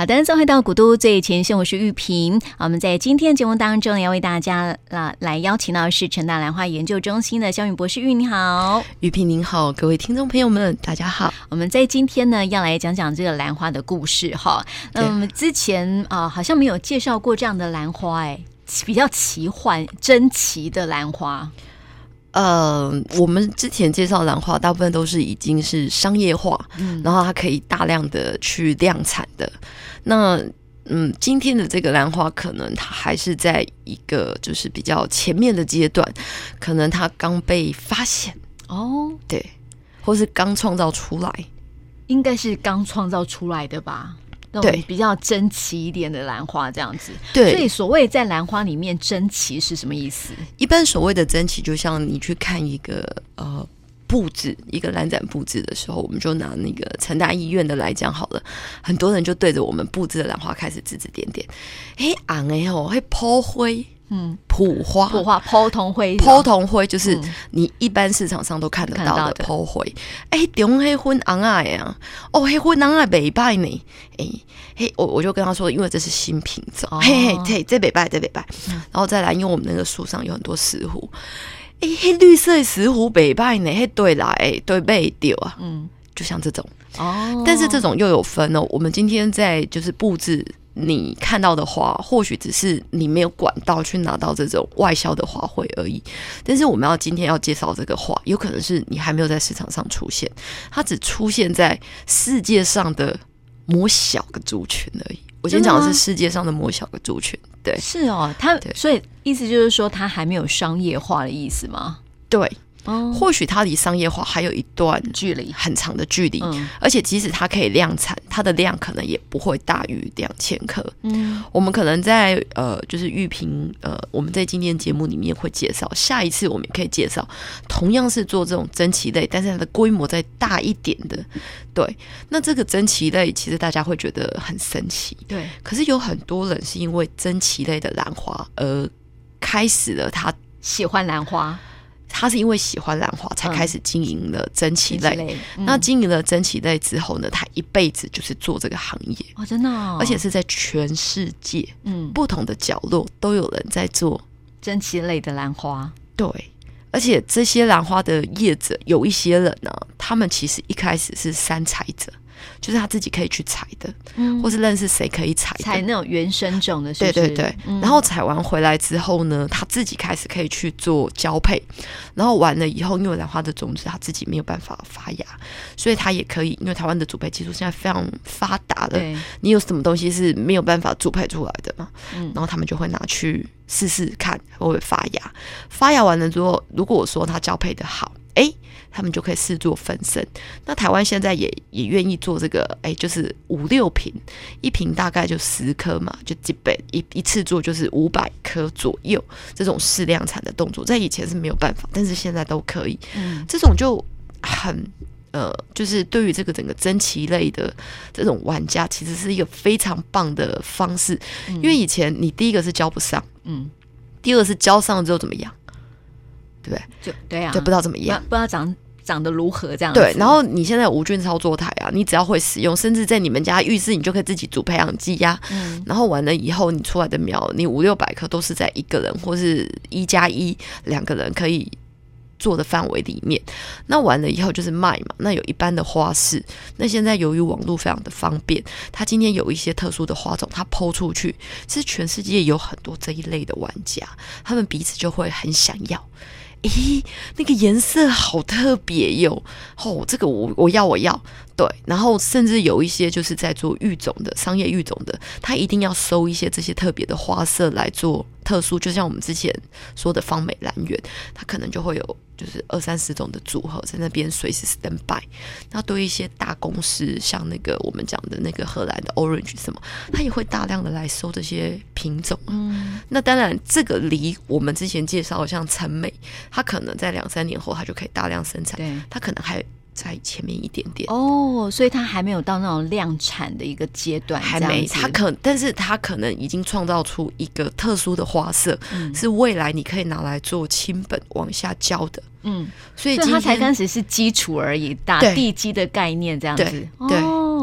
好的，再回到古都最前线，我是玉萍。我们在今天节目当中要为大家来邀请到的是成大兰花研究中心的萧韋博士。玉你好。 玉萍您好，各位听众朋友们大家好。 我们在今天呢要来讲讲这个兰花的故事哈。那我们之前好像没有介绍过这样的兰花，比较奇幻珍奇的兰花。 我们之前介绍兰花大部分都是已经是商业化，然后它可以大量的去量产的。那今天的这个兰花可能它还是在一个就是比较前面的阶段，可能它刚被发现哦，对，或是刚创造出来， 应该是刚创造出来的吧。那种比较珍奇一点的兰花这样子，对，所以所谓在兰花里面珍奇是什么意思？ 一般所谓的珍奇，就像你去看一个布置，一个兰展布置的时候，我们就拿那个成大医院的来讲好了，很多人就对着我们布置的兰花开始指指点点，红的吼，铺灰。普花抛铜灰， 抛铜灰就是你一般市场上都看得到的抛灰。中黑昏红矮啊，黑昏红矮袂歹呢。我就跟他说，因为这是新品种，这袂歹，这袂歹。然后再来，因为我们那个树上有很多石斛，绿色的石斛袂歹呢，对啦，对袂掉啊，就像这种但是这种又有分哦。我们今天在就是布置。你看到的花或许只是你没有管道去拿到这种外销的花卉而已，但是我们今天要介绍这个花，有可能是你还没有在市场上出现，它只出现在世界上的某小个族群而已。我今天讲的是世界上的某小个族群，对， 是哦，它所以意思就是说它还没有商业化的意思吗？ 对。或许它离商业化还有一段距离， 很长的距离，而且即使它可以量产，它的量可能也不会大于2000克。我们可能在就是玉萍我们在今天节目里面会介绍，下一次我们也可以介绍，同样是做这种珍奇类，但是它的规模再大一点的。对，那这个珍奇类其实大家会觉得很神奇，对，可是有很多人是因为珍奇类的兰花而开始了他喜欢兰花。 他是因为喜欢兰花才开始经营了珍奇类，那经营了珍奇类之后呢，他一辈子就是做这个行业哦，真的而且是在全世界不同的角落都有人在做珍奇类的兰花。 对，而且这些兰花的业者有一些人呢，他们其实一开始是山采者，就是他自己可以去采的，或是认识谁可以采的， 采那种原生种的是不是？ 对对对，然后采完回来之后呢，他自己开始可以去做交配，然后完了以后，因为兰花的种子他自己没有办法发芽，所以他也可以，因为台湾的主培技术现在非常发达了，你有什么东西是没有办法主培出来的嘛？然后他们就会拿去试试看会不会发芽，发芽完了之后，如果我说他交配的好，他们就可以试做分生。那台湾现在也愿意做这个，就是5-6瓶，一瓶大概就10颗嘛，就基本一次做就是500颗左右，这种适量产的动作，在以前是没有办法，但是现在都可以。这种就很就是对于这个整个珍奇类的这种玩家，其实是一个非常棒的方式，因为以前你第一个是交不上，第二个是交上了之后怎么样？对不对？ 对啊， 就不知道怎么样， 不知道长得如何这样子。 对，然后你现在有无菌操作台啊，你只要会使用，甚至在你们家浴室你就可以自己煮培养基呀。然后完了以后，你出来的苗，你500-600颗都是在一个人或是1+1 2个人可以做的范围里面。那完了以后就是卖嘛，那有一般的花市，那现在由于网络非常的方便，它今天有一些特殊的花种，它抛出去，其实全世界有很多这一类的玩家，他们彼此就会很想要。那个颜色好特别哟！这个我要，对。然后甚至有一些就是在做育种的商业育种的，他一定要收一些这些特别的花色来做特殊，就像我们之前说的芳美兰园，它可能就会有就是20-30种的组合在那边随时 stand by。那对一些大公司，像那个我们讲的那个荷兰的 Orange 什么，它也会大量的来收这些品种。那当然这个离我们之前介绍的像陈美，它可能在2-3年后它就可以大量生产，它可能还在前面一点点所以它还没有到那种量产的一个阶段， 还没，但是它可能已经创造出一个特殊的花色，是未来你可以拿来做亲本往下浇的。 所以它才开始是基础而已，打地基的概念这样子。 对，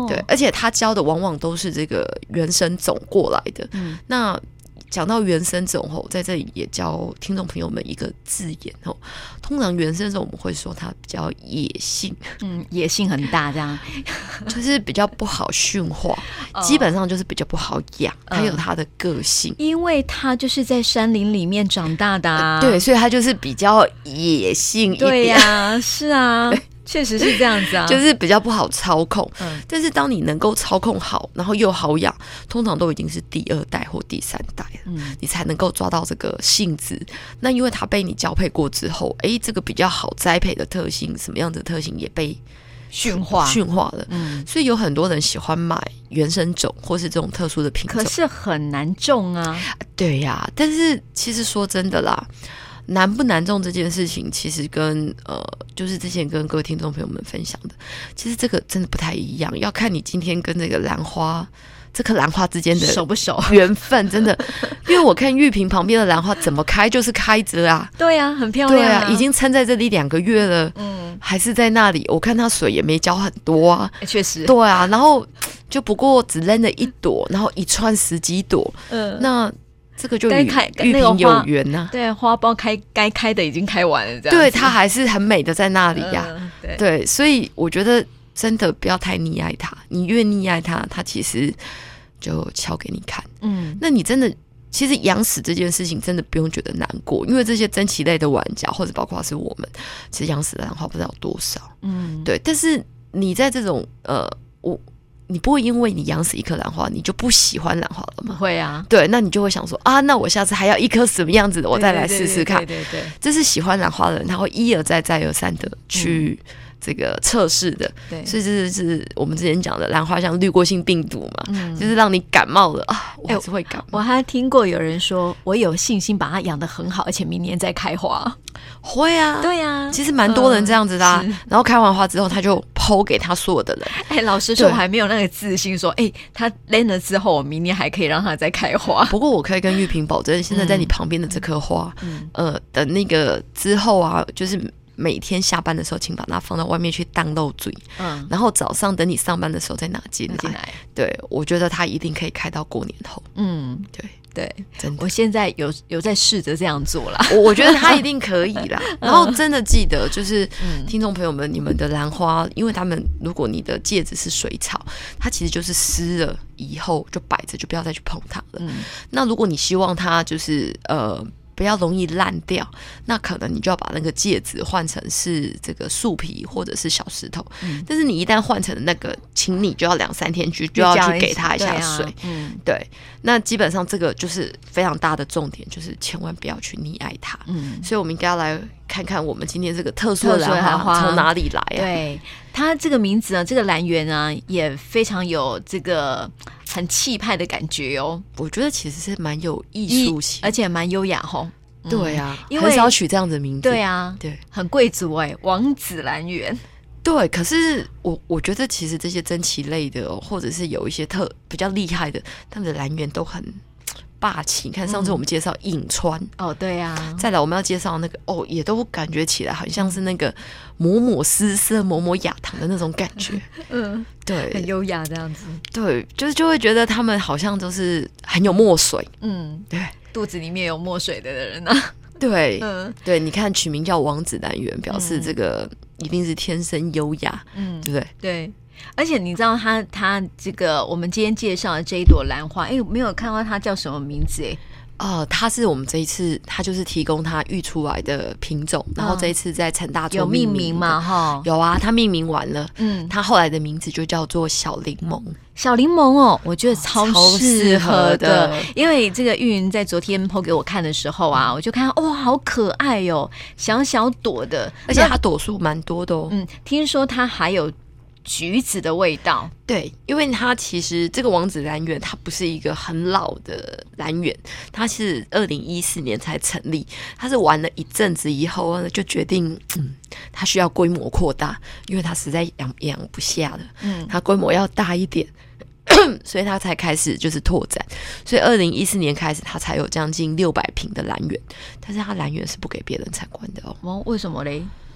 对，而且他教的往往都是这个原生种过来的。那讲到原生种后，在这里也教听众朋友们一个字眼哦。通常原生种我们会说它比较野性， 野性很大，这样就是比较不好驯化，基本上就是比较不好养，它有它的个性， 因为它就是在山林里面长大的啊。 对，所以它就是比较野性一点。 对呀，是啊。确实是这样子啊， 就是比较不好操控。但是当你能够操控好，然后又好养，通常都已经是第2代或第3代了，你才能够抓到这个性质。那因为它被你交配过之后，这个比较好栽培的特性，什么样子的特性也被驯化了。所以有很多人喜欢买原生种或是这种特殊的品种， 可是很难种啊。 对呀，但是其实说真的啦，难不难种这件事情，其实跟就是之前跟各位听众朋友们分享的，其实这个真的不太一样，要看你今天跟这个这颗兰花之间的熟不熟缘分，真的。因为我看玉屏旁边的兰花怎么开就是开着啊， 对啊，很漂亮对啊，已经撑在这里2个月了，还是在那里。我看它水也没浇很多啊， 确实， 对啊，然后就不过只扔了1朵，然后一串10几朵，那这个就与玉屏有缘呐。 对，花苞该开的已经开完了，这样对，它还是很美的在那里呀。对，所以我觉得真的不要太溺爱它，你越溺爱它，它其实就敲给你看。那你真的其实养死这件事情真的不用觉得难过，因为这些珍奇类的玩家或者包括是我们，其实养死的兰花不知道有多少。对，但是你在这种你不会因为你养死一颗兰花，你就不喜欢兰花了吗？ 不会啊。 对，那你就会想说啊，那我下次还要一颗什么样子的，我再来试试看。 对， 这是喜欢兰花的人，他会一而再再而三的去这个测试的。对，所以这是我们之前讲的兰花像滤过性病毒嘛，就是让你感冒了啊，我还是会感冒。 我还听过有人说，我有信心把它养得很好，而且明年再开花。 会啊， 对啊， 其实蛮多人这样子的啊。然后开完花之后，他就抛给他所有的人。 老实说，我还没有那个自信说，他扔了之后，我明年还可以让它再开花。 不过我可以跟玉屏保证，现在在你旁边的这颗花，的那个之后啊，就是每天下班的时候，请把它放到外面去当漏嘴，然后早上等你上班的时候再拿进来。对，我觉得它一定可以开到过年后。对，真的， 我现在有在试着这样做啦。 我觉得它一定可以啦。然后真的记得，就是听众朋友们，你们的兰花，因为他们如果你的介质是水草，它其实就是湿了以后就摆着，就不要再去碰它了。那如果你希望它就是不要容易烂掉，那可能你就要把那个介质换成是这个树皮或者是小石头。但是你一旦换成那个，请你就要2-3天就要去给它一下水。对，那基本上这个就是非常大的重点，就是千万不要去溺爱它。所以我们应该要来看看我们今天这个特殊的兰花从哪里来啊？ 对，它这个名字啊，这个兰园啊，也非常有这个很气派的感觉哦。 我觉得其实是蛮有艺术性， 而且蛮优雅吼。 对啊，因为很少取这样的名字。 对啊，对，很贵族王子兰园。 对，可是我觉得其实这些珍奇类的，或者是有一些比较厉害的，他们的兰园都很霸气。你看上次我们介绍颍川， 对啊， 再来我们要介绍那个也都感觉起来好像是那个抹丝色、抹雅糖的那种感觉。对， 很优雅这样子。 对，就会觉得他们好像都是很有墨水。对， 肚子里面有墨水的人啊。 对，对，你看取名叫王子兰园，表示这个一定是天生优雅，对不对？ 对，而且你知道它这个我们今天介绍的这一朵兰花，没有看到它叫什么名字它是我们这一次，它就是提供它育出来的品种，然后这一次在成大做有命名嘛？哈， 有啊，它命名完了，它后来的名字就叫做小柠檬。 小柠檬我觉得超适合的，因为这个玉云在昨天 po 给我看的时候啊，我就看到哇，好可爱哦，小小朵的， 而且它朵数蛮多的哦。 听说它还有橘子的味道。 对，因为它其实这个王子兰园它不是一个很老的兰园，它是2014年才成立，它是玩了一阵子以后呢，就决定它需要规模扩大，因为它实在养不下了，它规模要大一点。所以他才开始就是拓展，所以2014年开始他才有将近600坪的兰园，但是他兰园是不给别人参观的哦。 为什么嘞？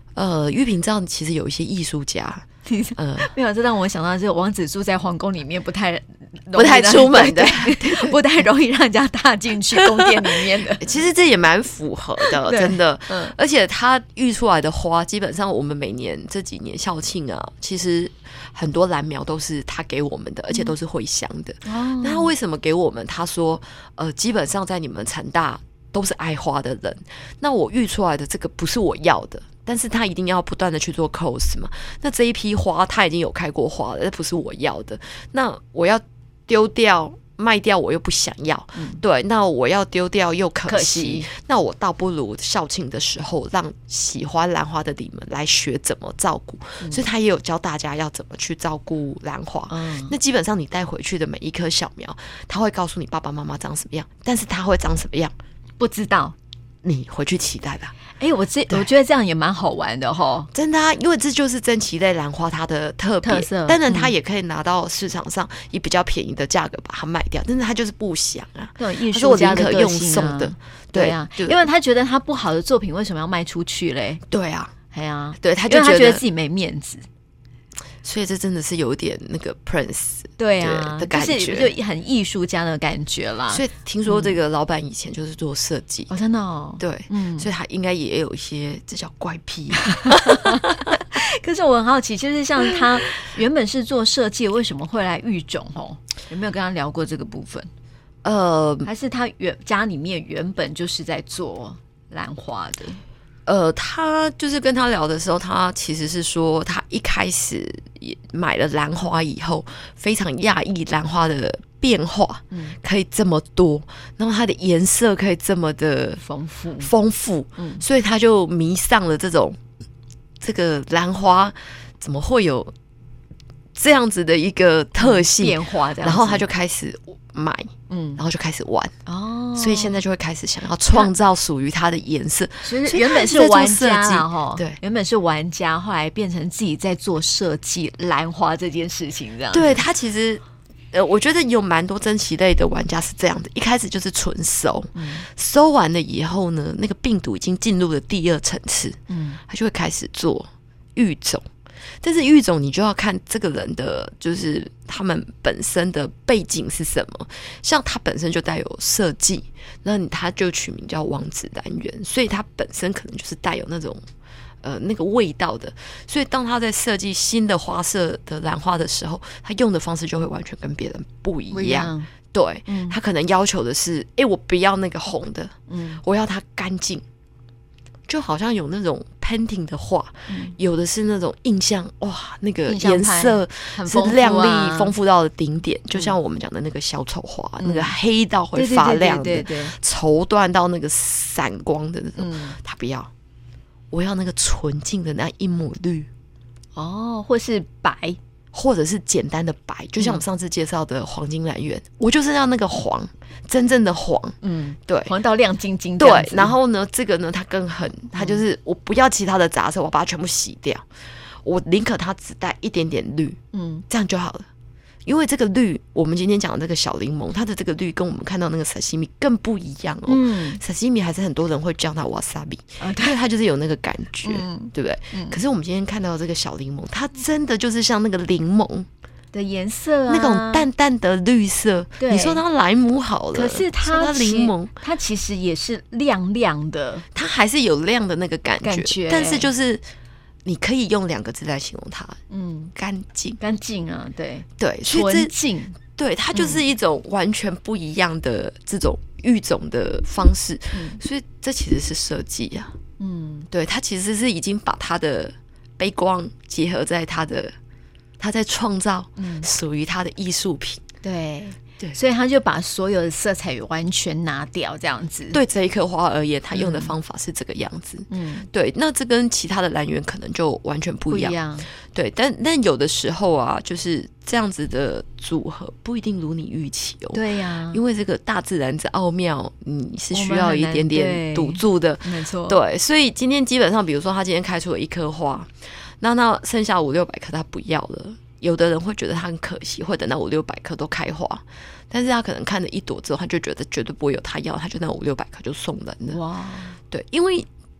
玉屏这样其实有一些艺术家， 没有，这让我想到就是王子住在皇宫里面不太出门的， 不太容易让人家踏进去宫殿里面的。 其实这也蛮符合的，真的。而且他育出来的花，基本上我们每年这几年校庆啊，其实很多兰苗都是他给我们的，而且都是会香的。那他为什么给我们？他说，基本上在你们成大都是爱花的人，那我育出来的这个不是我要的。但是他一定要不断的去做 cos 嘛，那这一批花他已经有开过花了，这不是我要的，那我要丢掉卖掉我又不想要，对，那我要丢掉又可惜，那我倒不如校庆的时候让喜欢兰花的你们来学怎么照顾，所以他也有教大家要怎么去照顾兰花。那基本上你带回去的每一棵小苗，他会告诉你爸爸妈妈长什么样，但是他会长什么样不知道， 你回去期待吧。 我觉得这样也蛮好玩的齁， 真的啊，因为这就是珍奇类兰花它的特色。当然，它也可以拿到市场上以比较便宜的价格把它卖掉，但是它就是不想啊。 对，艺术家的个性啊，对啊，因为他觉得他不好的作品为什么要卖出去嘞？ 对啊， 对，他就觉得自己没面子。 所以这真的是有点那个 Prince 对啊的感觉， 就很艺术家的感觉啦。 所以听说这个老板以前就是做设计， 真的哦， 对，所以他应该也有一些这叫怪癖。 可是我很好奇，就是像他原本是做设计，为什么会来育种？有没有跟他聊过这个部分？还是他家里面原本就是在做兰花的？ 他就是跟他聊的时候，他其实是说，他一开始也买了兰花以后，非常讶异兰花的变化，可以这么多，然后它的颜色可以这么的丰富，所以他就迷上了这个兰花怎么会有这样子的一个特性变化， 然后他就开始买，然后就开始玩所以现在就会开始想要创造属于它的颜色。 所以原本是玩家对， 原本是玩家，后来变成自己在做设计兰花这件事情，这样。 对，他其实我觉得有蛮多珍奇类的玩家是这样的，一开始就是纯收，收完了以后呢，那个病毒已经进入了第二层次，他就会开始做育种。但是育种你就要看这个人的就是他们本身的背景是什么，像他本身就带有设计，那他就取名叫王子兰园，所以他本身可能就是带有那种那个味道的，所以当他在设计新的花色的兰花的时候，他用的方式就会完全跟别人不一样。对，他可能要求的是我不要那个红的，我要它干净，就好像有那种 painting 的画，有的是那种印象，哇，那个颜色是亮丽丰富到了顶点，就像我们讲的那个小丑花，那个黑到会发亮的，绸缎到那个闪光的那种，他不要，我要那个纯净的那一抹绿， 或是白， 或者是简单的白，就像我们上次介绍的黄金兰园，我就是要那个黄，真正的黄，对， 黄到亮晶晶， 对。然后呢，这个呢，它更狠，它就是我不要其他的杂色，我把它全部洗掉，我宁可它只带一点点绿，这样就好了。因为这个绿，我们今天讲的这个小柠檬，它的这个绿跟我们看到那个沙西米更不一样哦。沙西米还是很多人会叫它瓦萨比，因为它就是有那个感觉，对不对？可是我们今天看到的这个小柠檬，它真的就是像那个柠檬的颜色那种淡淡的绿色。你说它莱姆好了， 可是它柠檬， 它其实也是亮亮的， 它还是有亮的那个感觉，但是就是你可以用2个字来形容它，干净， 干净啊，对， 纯净， 对，它就是一种完全不一样的这种育种的方式，所以这其实是设计啊，对，它其实是已经把它的背光结合在他在创造属于他的艺术品， 对，所以他就把所有的色彩完全拿掉，这样子。 对这一棵花而言，他用的方法是这个样子。对，那这跟其他的兰园可能就完全不一样。对，但有的时候啊，就是这样子的组合不一定如你预期哦。 对呀， 因为这个大自然之奥妙，你是需要一点点赌注的。 没错。 对，所以今天基本上，比如说他今天开出了1棵花，那剩下500-600棵他不要了。有的人会觉得他很可惜，会等到500-600棵都开花，但是他可能看了1朵之后，他就觉得绝对不会有他要，他就那500-600棵就送人了。哇，对，因为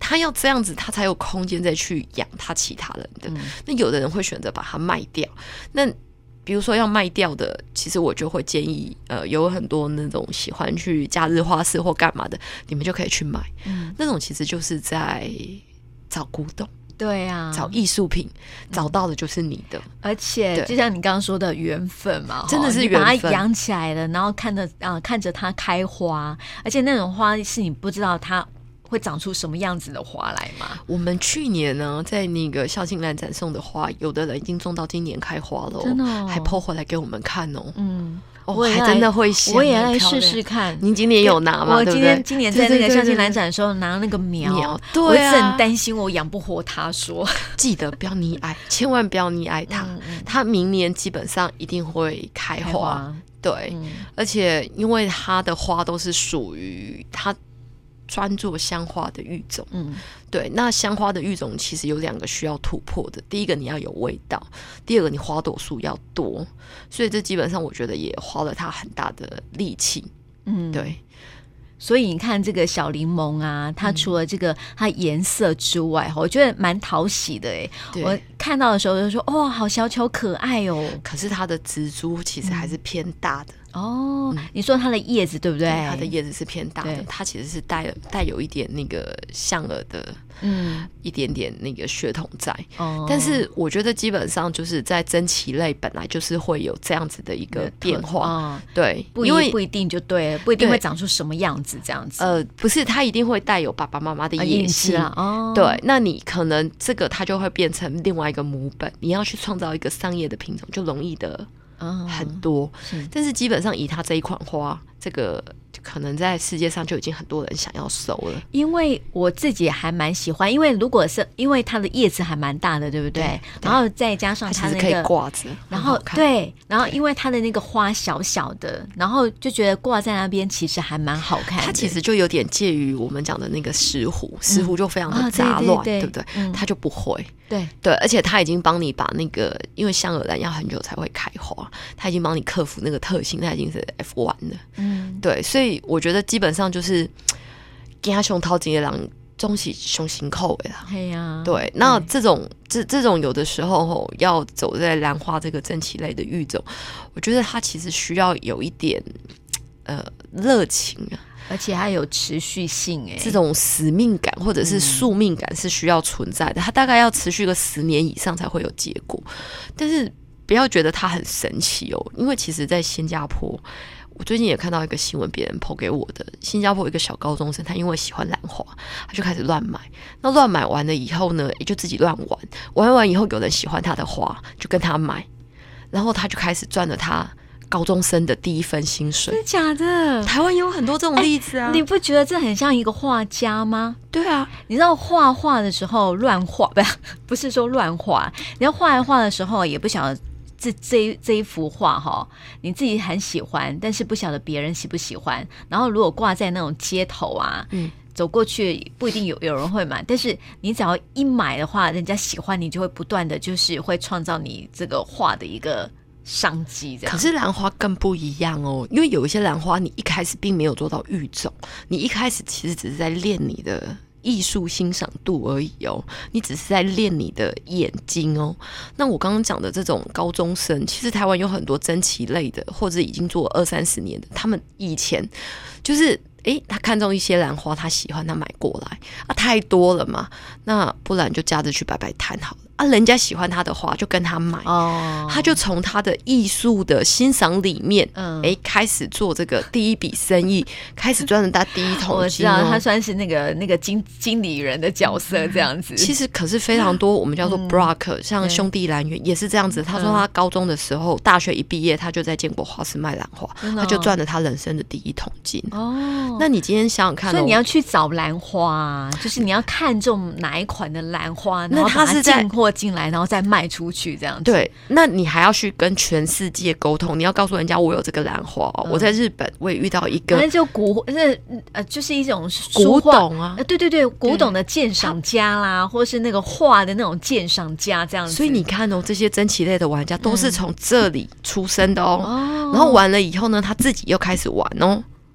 他要这样子，他才有空间再去养他其他人的。那有的人会选择把它卖掉，那比如说要卖掉的，其实我就会建议，有很多那种喜欢去假日花市或干嘛的，你们就可以去买。那种其实就是在找古董。 对啊， 找艺术品，找到的就是你的。 而且就像你刚刚说的缘分嘛， 真的是缘分， 你把它养起来了，然后看着它开花，而且那种花是你不知道它会长出什么样子的花来嘛。 我们去年呢，在那个孝敬兰展送的花，有的人已经种到今年开花了， 真的还po回来给我们看哦。我还真的会想， 我也来试试看。 您今年有拿吗？ 我今年在那个孝敬兰展的时候拿那个苗， 对啊， 我一直很担心我养不活它。说记得不要溺爱，千万不要溺爱它。它明年基本上一定会开花。对，而且因为它的花都是属于它专做香花的育种。对，那香花的育种其实有2个需要突破的，第一个你要有味道，第二个你花朵数要多，所以这基本上我觉得也花了它很大的力气。对。 所以你看这个小柠檬啊，它除了这个它颜色之外，我觉得蛮讨喜的耶。我看到的时候就说哇，好小巧可爱哦。 可是它的植株其实还是偏大的。 你说它的叶子对不对？ 对，它的叶子是偏大的，它其实是带有一点那个象耳的，一点点那个血统在。但是我觉得基本上就是在珍奇类本来就是会有这样子的一个变化。对，因为不一定就对了，不一定会长出什么样子这样子。 不是，它一定会带有爸爸妈妈的野性。对，那你可能这个它就会变成另外一个母本，你要去创造一个商业的品种就容易的很多。但是基本上以它这一款花，这个可能在世界上就已经很多人想要收了。 因为我自己还蛮喜欢，因为如果是因为它的叶子还蛮大的，对不对？然后再加上它那个可以挂着， 然后对，然后因为它的那个花小小的，然后就觉得挂在那边其实还蛮好看的。 它其实就有点介于我们讲的那个石斛，石斛就非常的杂乱，对不对？它就不会。对，而且它已经帮你把那个，因为香耳兰要很久才会开花，它已经帮你克服那个特性，它已经是 F1 了。对，所以我觉得基本上就是给他熊掏金的人总是熊行扣的啦。对，那这种有的时候要走在兰花这个珍奇类的育种，我觉得它其实需要有一点热情啊。 而且它有持续性这种使命感或者是宿命感是需要存在的，它大概要持续个10年以上才会有结果。但是不要觉得它很神奇哦，因为其实在新加坡，我最近也看到一个新闻，别人 po 给我的，新加坡一个小高中生，他因为喜欢兰花，他就开始乱买。那乱买完了以后呢，也就自己乱玩完以后，有人喜欢他的花，就跟他买，然后他就开始赚了他高中生的第一份薪水。 真的假的？ 台湾有很多这种例子啊。 你不觉得这很像一个画家吗？ 对啊， 你知道画画的时候乱画，不是说乱画，你要画一画的时候也不晓得这一幅画你自己很喜欢，但是不晓得别人喜不喜欢。然后如果挂在那种街头啊，走过去不一定有人会买，但是你只要一买的话，人家喜欢你就会不断的就是会创造你这个画的一个商机。这样。 可是兰花更不一样哦，因为有一些兰花你一开始并没有做到育种，你一开始其实只是在练你的艺术欣赏度而已哦，你只是在练你的眼睛哦。那我刚刚讲的这种高中生，其实台湾有很多珍奇类的，或者已经做了20-30年的，他们以前就是他看中一些兰花，他喜欢，他买过来啊，太多了嘛，那不然就假日去摆摆摊好了啊，人家喜欢他的花就跟他买他就从他的艺术的欣赏里面开始做这个第一笔生意，开始赚了他第一桶金我知道他算是那个经理人的角色这样子。 其实可是非常多我们叫做 block 像兄弟兰园也是这样子。他说他高中的时候大学一毕业他就在建国花市卖兰花，他就赚了他人生的第一桶金那你今天想想看所以你要去找兰花就是你要看中哪一款的兰花，然后把它进货进来，然后再卖出去这样子。 对，那你还要去跟全世界沟通，你要告诉人家我有这个兰花我在日本我也遇到一个， 反正就就是一种古董啊对，古董的鉴赏家啦，或是那个画的那种鉴赏家这样子。 所以你看这些珍奇类的玩家都是从这里出生的然后玩了以后呢，他自己又开始玩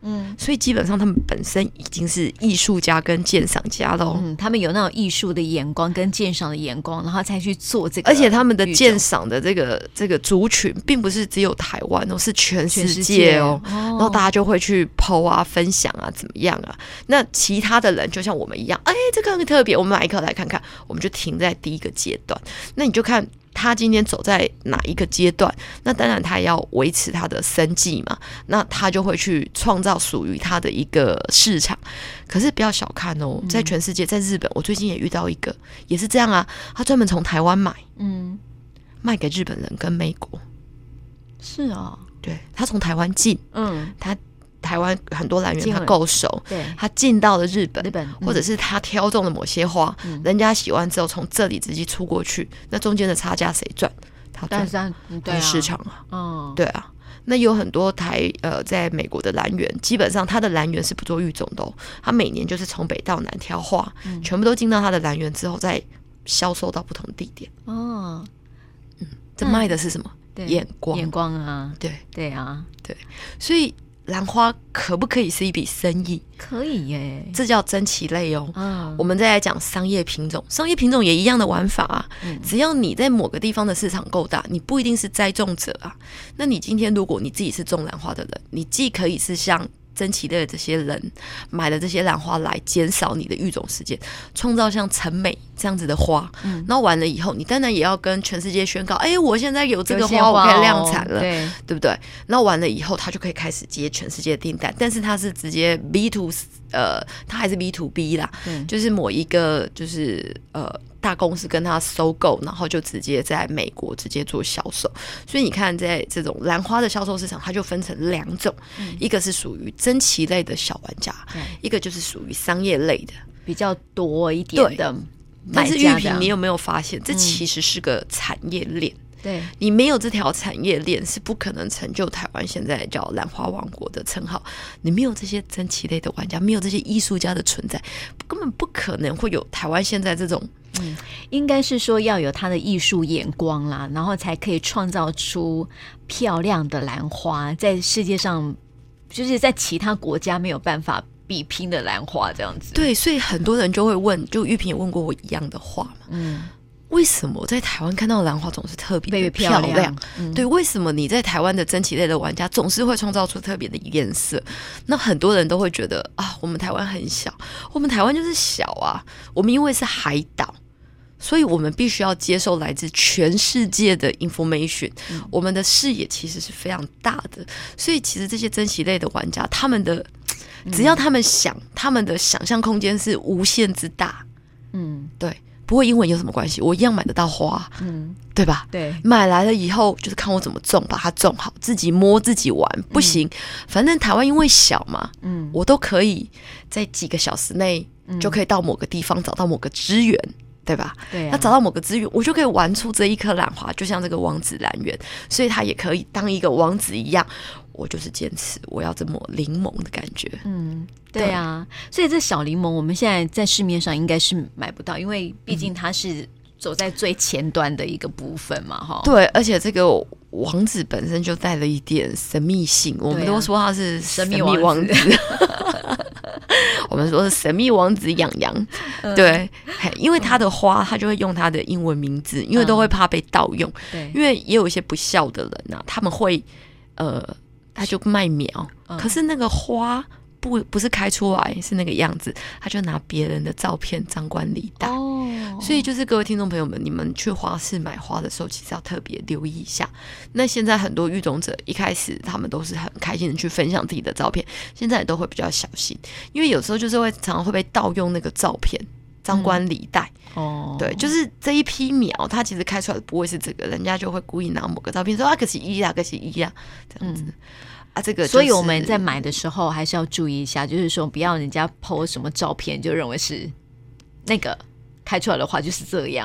所以基本上他们本身已经是艺术家跟鉴赏家了他们有那种艺术的眼光跟鉴赏的眼光，然后才去做这个， 而且他们的鉴赏的这个族群并不是只有台湾是全世界然后大家就会去 po 啊分享啊怎么样啊，那其他的人就像我们一样，这个很特别，我们买一颗来看看，我们就停在第一个阶段，那你就看他今天走在哪一个阶段，那当然他要维持他的生计嘛，那他就会去创造属于他的一个市场。可是不要小看在全世界，在日本我最近也遇到一个也是这样啊，他专门从台湾买卖给日本人跟美国。 是啊， 对，他从台湾进他台湾很多来源他够熟，对，他进到了日本，或者是他挑中了某些花，人家喜欢之后从这里直接出过去，那中间的差价谁赚？他赚，对市场啊，对啊。那有很多在美国的兰园，基本上他的兰园是不做育种的他每年就是从北到南挑花，全部都进到他的兰园之后，再销售到不同的地点。这卖的是什么？眼光啊，对啊， 对，所以兰花可不可以是一笔生意？ 可以耶， 这叫珍奇类我们再来讲商业品种，商业品种也一样的玩法啊。只要你在某个地方的市场够大，你不一定是栽种者啊。那你今天如果你自己是种兰花的人，你既可以是像珍奇类的这些人买了这些兰花来减少你的育种时间，创造像陈美这样子的花，然后完了以后你当然也要跟全世界宣告我现在有这个花我可以量产了，对不对？然后完了以后他就可以开始接全世界的订单，但是他是直接 B to 他还是 B to B 啦，就是某一个就是大公司跟他收购，然后就直接在美国直接做销售。所以你看在这种兰花的销售市场，它就分成两种，一个是属于珍奇类的小玩家，一个就是属于商业类的比较多一点的买家的。 但是玉萍你有没有发现这其实是个产业链，对，你没有这条产业链是不可能成就台湾现在叫兰花王国的称号。你没有这些珍奇类的玩家，没有这些艺术家的存在，根本不可能会有台湾现在这种应该是说要有他的艺术眼光啦，然后才可以创造出漂亮的兰花，在世界上就是在其他国家没有办法比拼的兰花这样子。 对，所以很多人就会问，就玉萍也问过我一样的话嘛，为什么我在台湾看到的兰花总是特别的漂亮？对，为什么你在台湾的珍奇类的玩家总是会创造出特别的颜色？那很多人都会觉得我们台湾很小，我们台湾就是小啊，我们因为是海岛，所以我们必须要接受来自全世界的 information，我们的视野其实是非常大的。所以其实这些珍奇类的玩家，他们的只要他们想，他们的想象空间是无限之大。对，不会英文有什么关系？我一样买得到花，对吧？对，买来了以后就是看我怎么种，把它种好，自己摸自己玩，不行，反正台湾因为小嘛，我都可以在几个小时内就可以到某个地方找到某个资源。对吧？对、那找到某个资源，我就可以玩出这一颗兰花，就像这个王子兰园，所以它也可以当一个王子一样。我就是坚持，我要这么柠檬的感觉。 对啊，所以这小柠檬我们现在在市面上应该是买不到，因为毕竟它是走在最前端的一个部分嘛， 对，而且这个王子本身就带了一点神秘性，我们都说他是神秘王子。我们说是神秘王子养羊，对，因为他的花，他就会用他的英文名字，因为都会怕被盗用。因为也有一些不孝的人啊，他们会他就卖苗，可是那个花不是开出来是那个样子，他就拿别人的照片张冠李戴。所以就是各位听众朋友们，你们去花市买花的时候，其实要特别留意一下。那现在很多育种者一开始他们都是很开心的去分享自己的照片，现在也都会比较小心，因为有时候就是常常会被盗用那个照片张冠李戴。对，就是这一批苗它其实开出来的不会是这个，人家就会故意拿某个照片说可是一啊，可是一啊这样子。这个所以我们在买的时候还是要注意一下，就是说不要人家 po 什么照片就认为是那个开出来的话就是这样。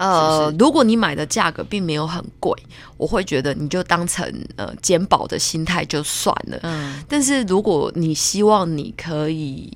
如果你买的价格并没有很贵，我会觉得你就当成捡宝的心态就算了。但是如果你希望你可以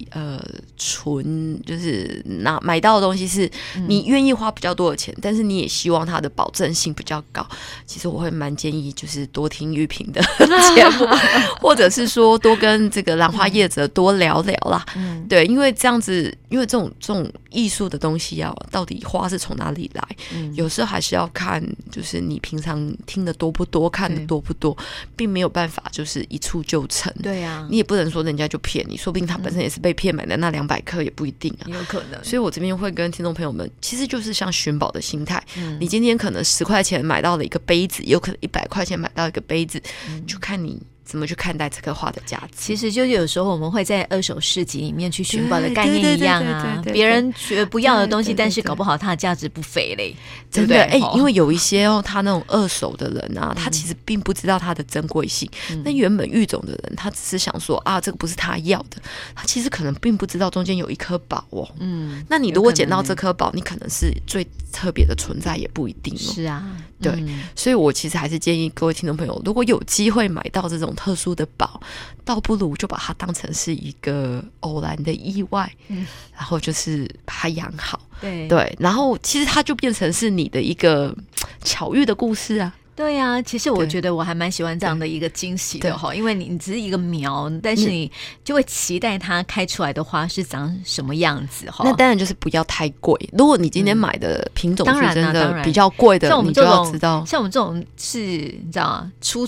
就是买到的东西是你愿意花比较多的钱，但是你也希望它的保证性比较高，其实我会蛮建议就是多听玉萍的节目，或者是说多跟这个兰花业者多聊聊啦。对，因为这样子，因为这种艺术的东西到底花是从哪里来，有时候还是要看就是你平常听的多不多，看的多不多，并没有办法就是一触就成。 对啊， 你也不能说人家就骗你，说不定他本身也是被骗买的那200颗也不一定啊， 有可能。 所以我这边会跟听众朋友们，其实就是像寻宝的心态，你今天可能10块钱买到了一个杯子，有可能100块钱买到一个杯子，就看你怎么去看待这颗花的价值。 其实就有时候我们会在二手市集里面去寻宝的概念一样啊，别人觉得不要的东西，但是搞不好它的价值不菲嘞， 真的。因为有一些他那种二手的人啊，他其实并不知道它的珍贵性。那原本育种的人，他只是想说啊，这个不是他要的，他其实可能并不知道中间有一颗宝哦。那你如果捡到这颗宝，你可能是最特别的存在，也不一定哦。 是啊， 对，所以我其实还是建议各位听众朋友，如果有机会买到这种特殊的宝，倒不如就把它当成是一个偶然的意外，然后就是把它养好。对，然后其实它就变成是你的一个巧遇的故事啊。 对啊，其实我觉得我还蛮喜欢这样的一个惊喜的哈，因为你只是一个苗，但是你就会期待它开出来的花是长什么样子哈。 那当然就是不要太贵，如果你今天买的品种是真的比较贵的， 像我们你就要知道， 像我们这种是你知道吗？初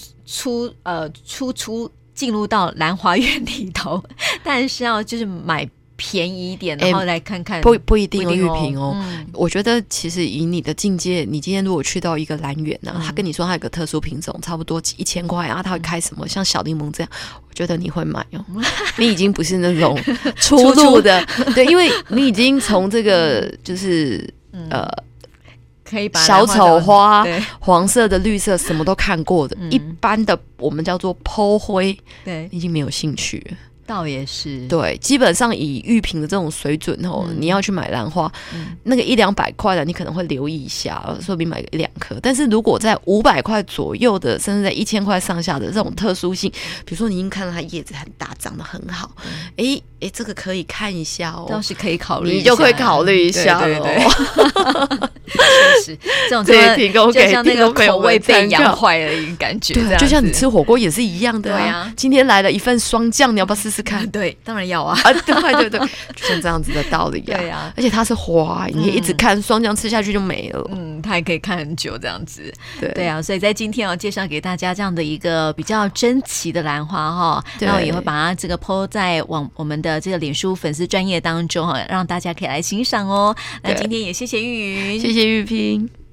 进入到兰花园里头，但是要就是买便宜一点，然后来看看， 不一定有玉萍哦。我觉得其实以你的境界，你今天如果去到一个兰园啊，他跟你说他有个特殊品种，差不多1000块啊，他会开什么像小柠檬这样，我觉得你会买哦。你已经不是那种初入的，对，因为你已经从这个就是可以把小丑花、黄色的、绿色什么都看过的，一般的我们叫做剖灰，对，已经没有兴趣了。 倒也是， 对，基本上以玉萍的这种水准你要去买兰花，那个100-200块的，你可能会留意一下，说不定买个2颗。但是如果在500块左右的，甚至在1000块上下的这种特殊性，比如说你已经看到它叶子很大，长得很好，这个可以看一下哦， 倒是可以考虑一下， 你就可以考虑一下对，确实，这种提供给就像那个口味被养坏了一个感觉， 对，就像你吃火锅也是一样的啊。今天来了一份双酱，你要不要试试看？ 对，当然要啊！ 对，就像这样子的道理啊。对啊，而且它是花，你一直看双酱吃下去就没了。 它还可以看很久这样子。对啊，所以在今天介绍给大家这样的一个比较珍奇的兰花哈，那我也会把它这个 po 在我们的这个脸书粉丝专页当中让大家可以来欣赏哦。那今天也谢谢玉云， 谢谢玉萍。